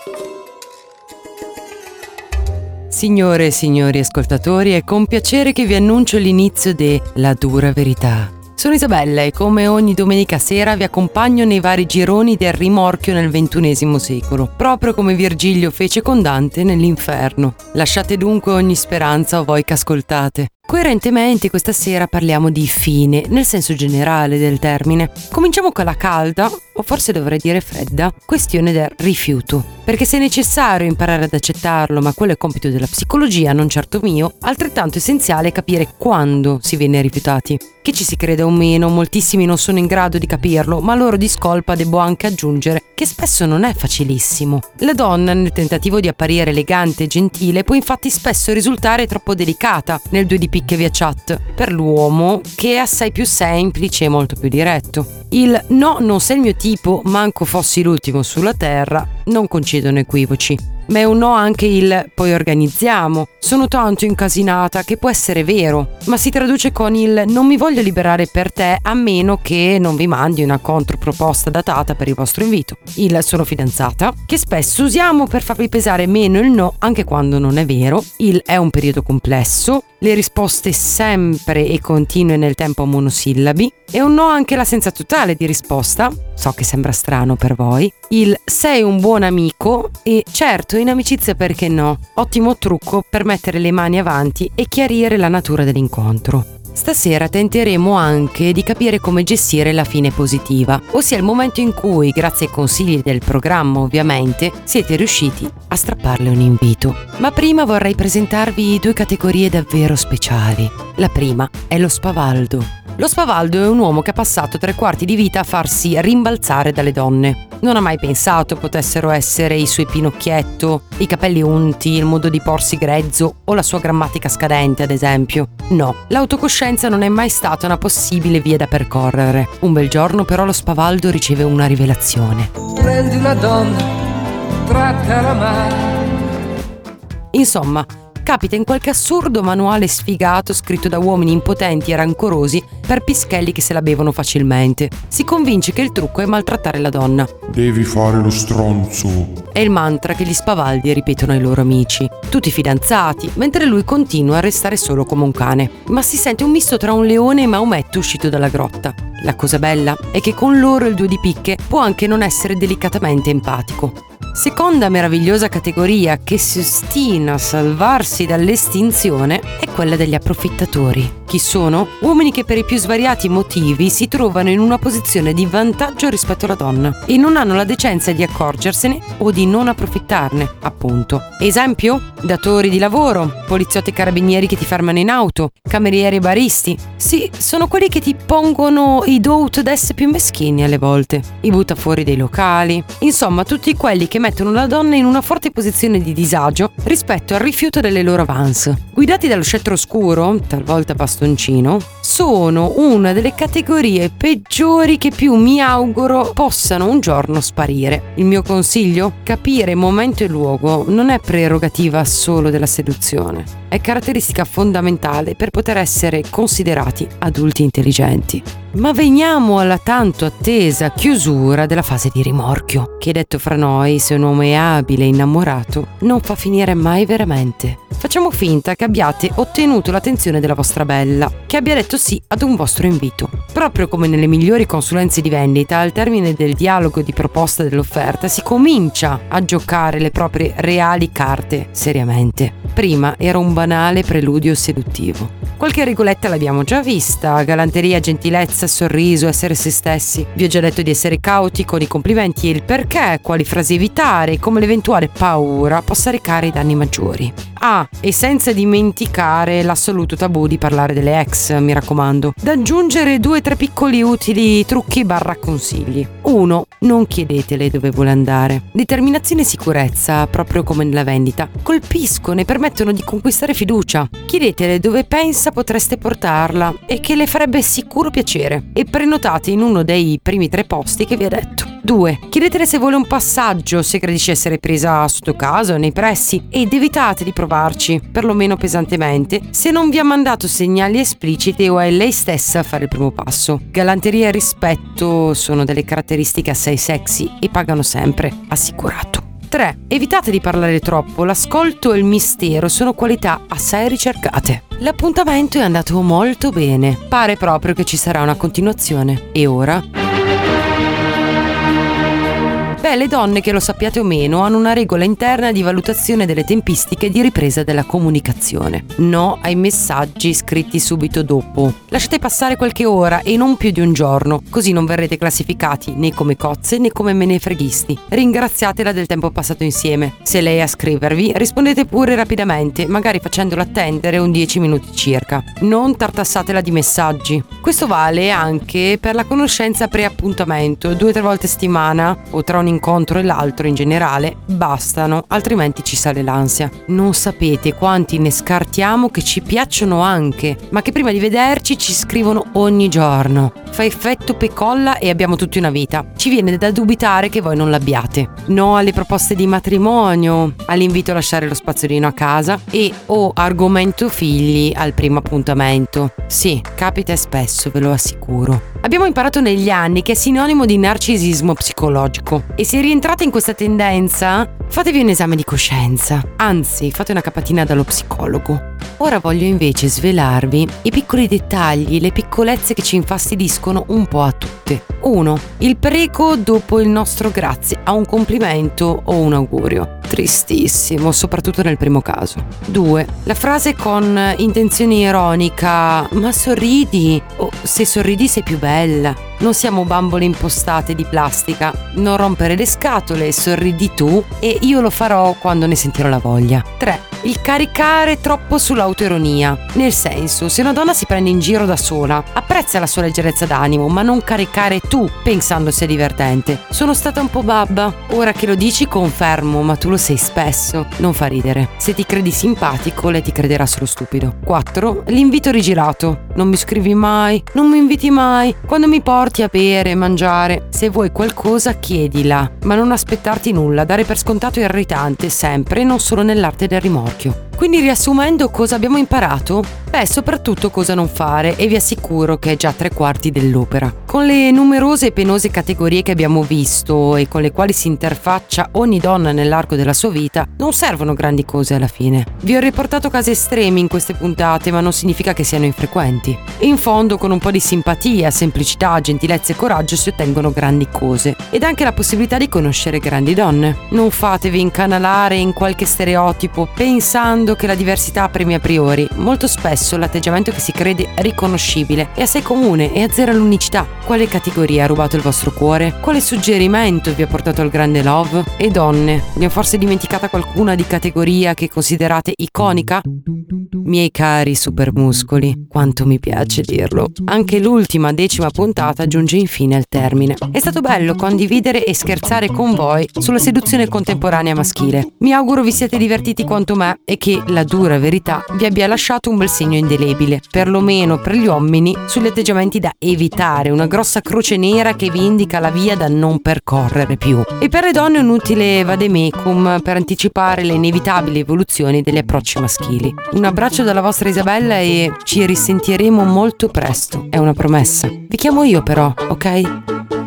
Signore e signori ascoltatori, è con piacere che vi annuncio l'inizio de La Dura Verità. Sono Isabella e come ogni domenica sera vi accompagno nei vari gironi del rimorchio nel XXI secolo, proprio come Virgilio fece con Dante nell'Inferno. Lasciate dunque ogni speranza o voi che ascoltate. Coerentemente questa sera parliamo di fine, nel senso generale del termine. Cominciamo con la calda, o forse dovrei dire fredda, questione del rifiuto. Perché se è necessario imparare ad accettarlo, ma quello è compito della psicologia, non certo mio, altrettanto essenziale è capire quando si viene rifiutati. Che ci si creda o meno, moltissimi non sono in grado di capirlo, ma loro di scolpa debbo anche aggiungere che spesso non è facilissimo. La donna, nel tentativo di apparire elegante e gentile, può infatti spesso risultare troppo delicata nel due di picche via chat, per l'uomo che è assai più semplice e molto più diretto. Il "no, non sei il mio tipo, manco fossi l'ultimo sulla terra" non concedono equivoci, ma è un no anche il "poi organizziamo". Sono tanto incasinata che può essere vero, ma si traduce con il "non mi voglio liberare per te a meno che non vi mandi una controproposta datata per il vostro invito". Il "sono fidanzata", che spesso usiamo per farvi pesare meno il no anche quando non è vero. Il "è un periodo complesso", le risposte sempre e continue nel tempo a monosillabi, e un no anche l'assenza totale di risposta. So che sembra strano per voi. Il "sei un buon amico" e "certo, in amicizia perché no". Ottimo trucco per mettere le mani avanti e chiarire la natura dell'incontro. Stasera tenteremo anche di capire come gestire la fine positiva, ossia il momento in cui, grazie ai consigli del programma ovviamente, siete riusciti a strapparle un invito. Ma prima vorrei presentarvi due categorie davvero speciali. La prima è lo spavaldo. Lo spavaldo è un uomo che ha passato 3/4 di vita a farsi rimbalzare dalle donne. Non ha mai pensato potessero essere i suoi pinocchietto, i capelli unti, il modo di porsi grezzo o la sua grammatica scadente, ad esempio. No, l'autocoscienza non è mai stata una possibile via da percorrere. Un bel giorno però lo spavaldo riceve una rivelazione. Prendi una donna, trattala male. Insomma, capita in qualche assurdo manuale sfigato scritto da uomini impotenti e rancorosi per pischelli che se la bevono facilmente. Si convince che il trucco è maltrattare la donna. Devi fare lo stronzo. È il mantra che gli spavaldi ripetono ai loro amici, tutti fidanzati, mentre lui continua a restare solo come un cane. Ma si sente un misto tra un leone e Maometto uscito dalla grotta. La cosa bella è che con loro il due di picche può anche non essere delicatamente empatico. Seconda meravigliosa categoria che si ostina a salvarsi dall'estinzione è quella degli approfittatori. Chi sono? Uomini che per i più svariati motivi si trovano in una posizione di vantaggio rispetto alla donna e non hanno la decenza di accorgersene o di non approfittarne, appunto. Esempio? Datori di lavoro, poliziotti e carabinieri che ti fermano in auto, camerieri e baristi. Sì, sono quelli che ti pongono i do ut des più meschini alle volte, i buttafuori dei locali, insomma tutti quelli che mettono la donna in una forte posizione di disagio rispetto al rifiuto delle loro avance. Guidati dallo scettro oscuro, talvolta bastoncino, sono una delle categorie peggiori che più mi auguro possano un giorno sparire. Il mio consiglio? Capire momento e luogo non è prerogativa solo della seduzione, è caratteristica fondamentale per poter essere considerati adulti intelligenti. Ma veniamo alla tanto attesa chiusura della fase di rimorchio, che detto fra noi, se un uomo è abile e innamorato, non fa finire mai veramente. Facciamo finta che abbiate ottenuto l'attenzione della vostra bella, che abbia detto sì ad un vostro invito. Proprio come nelle migliori consulenze di vendita, al termine del dialogo di proposta dell'offerta si comincia a giocare le proprie reali carte seriamente. Prima era un banale preludio seduttivo. Qualche regoletta l'abbiamo già vista: galanteria, gentilezza, sorriso, essere se stessi. Vi ho già detto di essere cauti con i complimenti e il perché, quali frasi evitare e come l'eventuale paura possa recare i danni maggiori. E senza dimenticare l'assoluto tabù di parlare delle ex, mi raccomando. Da aggiungere 2-3 piccoli utili trucchi / consigli. 1. Non chiedetele dove vuole andare. Determinazione e sicurezza, proprio come nella vendita, colpiscono e permettono di conquistare fiducia. Chiedetele dove pensa potreste portarla e che le farebbe sicuro piacere, e prenotate in uno dei primi 3 posti che vi ha detto. 2. Chiedetele se vuole un passaggio, se gradisce essere presa sotto casa o nei pressi, ed evitate di provarci, perlomeno pesantemente, se non vi ha mandato segnali espliciti o è lei stessa a fare il primo passo. Galanteria e rispetto sono delle caratteristiche assai sexy e pagano sempre, assicurato. 3. Evitate di parlare troppo, l'ascolto e il mistero sono qualità assai ricercate. L'appuntamento è andato molto bene, pare proprio che ci sarà una continuazione. E ora? Beh, le donne, che lo sappiate o meno, hanno una regola interna di valutazione delle tempistiche di ripresa della comunicazione. No ai messaggi scritti subito dopo. Lasciate passare qualche ora e non più di un giorno, così non verrete classificati né come cozze né come menefreghisti. Ringraziatela del tempo passato insieme. Se lei è a scrivervi, rispondete pure rapidamente, magari facendola attendere un 10 minuti circa. Non tartassatela di messaggi. Questo vale anche per la conoscenza pre-appuntamento, 2 o 3 volte a settimana o tra un incontro e l'altro in generale bastano, altrimenti ci sale l'ansia. Non sapete quanti ne scartiamo che ci piacciono anche, ma che prima di vederci ci scrivono ogni giorno. Fa effetto pecolla e abbiamo tutti una vita. Ci viene da dubitare che voi non l'abbiate. No alle proposte di matrimonio, all'invito a lasciare lo spazzolino a casa e o argomento figli al primo appuntamento. Sì, capita spesso, ve lo assicuro. Abbiamo imparato negli anni che è sinonimo di narcisismo psicologico e se rientrate in questa tendenza, fatevi un esame di coscienza, anzi fate una capatina dallo psicologo. Ora voglio invece svelarvi i piccoli dettagli, le piccolezze che ci infastidiscono un po' a tutte. 1. Il prego dopo il nostro grazie a un complimento o un augurio. Tristissimo, soprattutto nel primo caso. 2. La frase con intenzione ironica: ma sorridi, o se sorridi sei più bella. Non siamo bambole impostate di plastica. Non rompere le scatole, sorridi tu e io lo farò quando ne sentirò la voglia. 3. Il caricare troppo sull'autoironia. Nel senso, se una donna si prende in giro da sola, apprezza la sua leggerezza d'animo, ma non caricare tu pensando sia divertente. Sono stata un po' babba. Ora che lo dici confermo, ma tu lo sei spesso. Non fa ridere. Se ti credi simpatico, lei ti crederà solo stupido. 4. L'invito rigirato. Non mi scrivi mai, non mi inviti mai. Quando mi porti a bere, mangiare, se vuoi qualcosa chiedila, ma non aspettarti nulla. Dare per scontato è irritante, sempre, non solo nell'arte del rimorchio. Quindi, riassumendo, cosa abbiamo imparato? Beh, soprattutto cosa non fare, e vi assicuro che è già 3/4 dell'opera. Con le numerose e penose categorie che abbiamo visto e con le quali si interfaccia ogni donna nell'arco della sua vita, non servono grandi cose alla fine. Vi ho riportato casi estremi in queste puntate, ma non significa che siano infrequenti. In fondo, con un po' di simpatia, semplicità, gentilezza e coraggio si ottengono grandi cose, ed anche la possibilità di conoscere grandi donne. Non fatevi incanalare in qualche stereotipo pensando che la diversità premi a priori. Molto spesso l'atteggiamento che si crede riconoscibile è assai comune e azzera l'unicità. Quale categoria ha rubato il vostro cuore? Quale suggerimento vi ha portato al grande love? E donne, ne ho forse dimenticata qualcuna di categoria che considerate iconica? Miei cari supermuscoli, quanto mi piace dirlo. Anche l'ultima 10ª puntata giunge infine al termine. È stato bello condividere e scherzare con voi sulla seduzione contemporanea maschile. Mi auguro vi siate divertiti quanto me e che la dura verità vi abbia lasciato un bel segno indelebile, perlomeno per gli uomini, sugli atteggiamenti da evitare, una grossa croce nera che vi indica la via da non percorrere più. E per le donne un utile vademecum per anticipare le inevitabili evoluzioni degli approcci maschili. Un abbraccio dalla vostra Isabella e ci risentiremo molto presto, è una promessa. Vi chiamo io però, ok?